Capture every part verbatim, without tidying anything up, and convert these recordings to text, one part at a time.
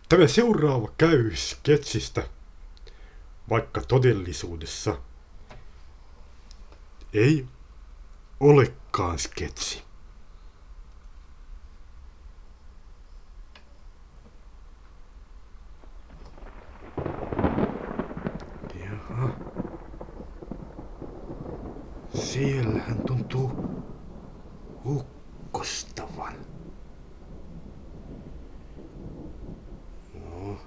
Tämä seuraava käy sketsistä, vaikka todellisuudessa ei olekaan sketsi. Jaha. Siellä hän tuntuu ukkostavan. No.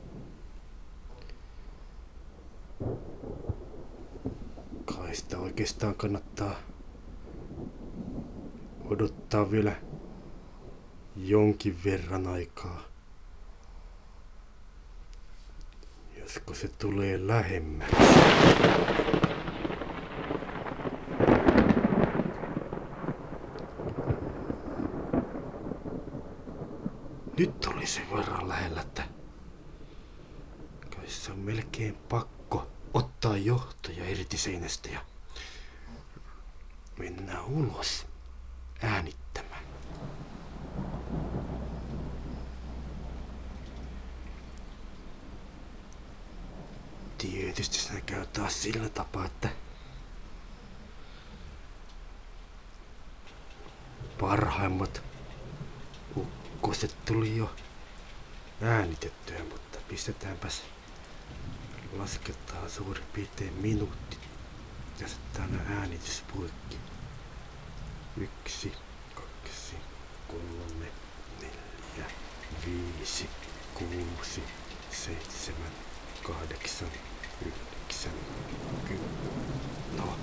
Kai sitä oikeastaan kannattaa odottaa vielä jonkin verran aikaa. Josko se tulee lähemmäksi. Nyt oli sen verran lähellä, että kai se on melkein pakko ottaa johtaja irti seinästä ja mennä ulos äänittämään. Tietysti se käy taas sillä tapaa, että parhaimmat ukkoset tuli jo äänitettyä, mutta pistetäänpäs, lasketaan suurin piirtein minuutti ja sitten äänitys poikki. Yksi, kaksi, kolme, neljä, viisi, kuusi, seitsemän, kahdeksan, yhdeksän, kymmenen. No,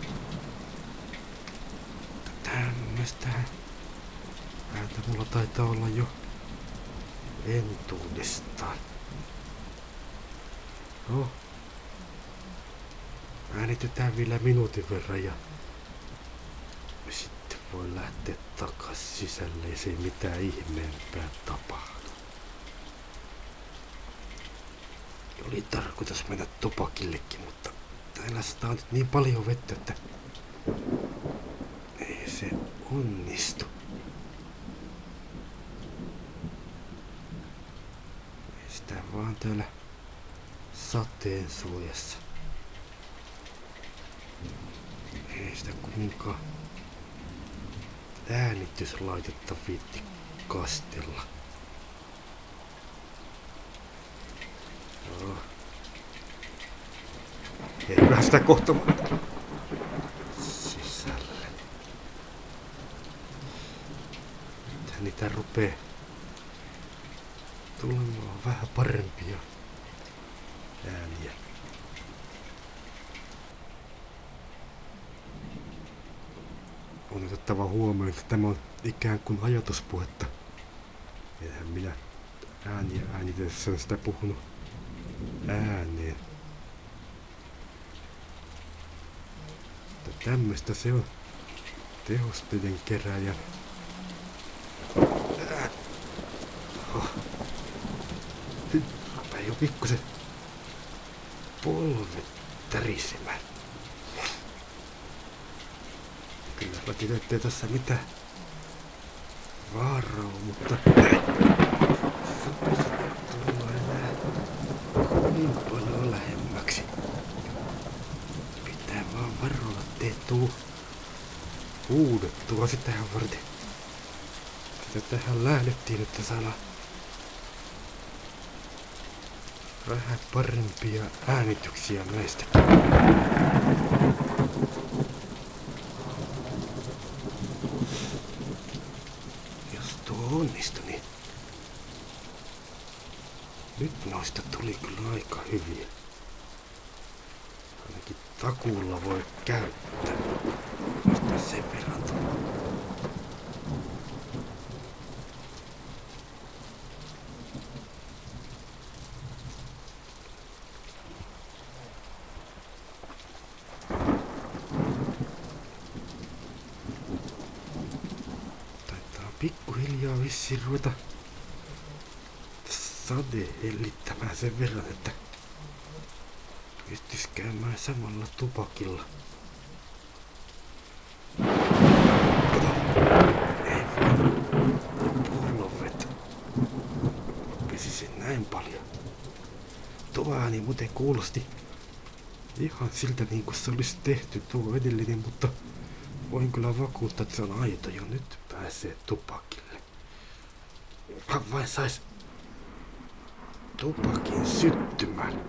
tämmöistä ääntä mulla taitaa olla jo entuudestaan. No, äänitetään vielä minuutin verran ja sitten voi lähteä takas sisälle, ei se mitään ihmeempää tapahdu. Oli tarkoitus mennä tupakillekin, mutta täällä sataa nyt niin paljon vettä, että ei se onnistu. Sitä vaan täällä sateen suojassa. Ei sitä kumminkaan äänityslaitetta viitti kastella. No. Eiköhän sitä kohta sisälle. Nythän niitä rupee tulemaan vähän parempia ääniä. On otettava huomioon, että tämä on ikään kuin ajatuspuhetta. Eihän minä ääniä äänitessä sitä puhunut ääneen. Mutta tämmöistä se on tehosteiden kerääjän. Oh. Nyt rupeaa jo pikkusen polvet tärisemään. Kyllä vaikka ettei tässä mitään vaaraa ole, mutta tullaan enää niin paljon lähemmäksi. Pitää vaan varoa, ettei tuu huudettua sitähän varten. Sitä tähän lähdettiin, että saadaan vähän parempia äänityksiä näistä. Jos tuo onnistui, niin nyt noista tuli kyllä aika hyviä. Ainakin takuulla voi käyttää. Noista sen verran tuli. Pikkuhiljaa vissiin ruveta sade hellittämään sen verran, että pystyis käymään samalla tupakilla. Kato, ei vaan polvet. Rupesi sen näin paljon. Tuo ääni muuten kuulosti ihan siltä niin kuin se olisi tehty tuo edellinen, mutta voin kyllä vakuuttaa, että se on aito ja nyt pääsee tupakille. Hän vain sais tupakin syttymään.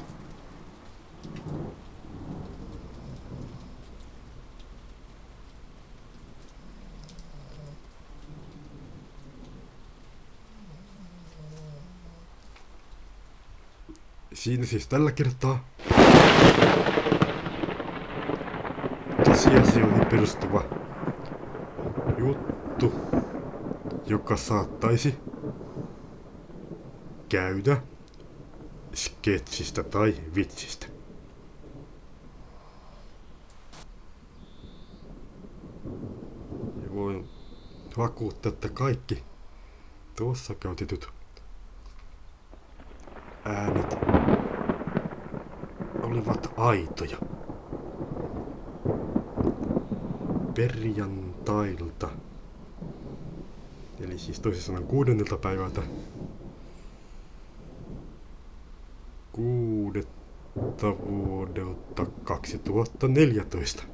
Siinä siis tällä kertaa tosiasioihin perustuva juttu, joka saattaisi käydä sketsistä tai vitsistä. Ja voin vakuuttaa, että kaikki tuossa käytetyt äänet olivat aitoja. Perjantailta, eli siis toisin sanoen kuudennelta päivältä kuudetta vuodelta kaksituhattaneljätoista.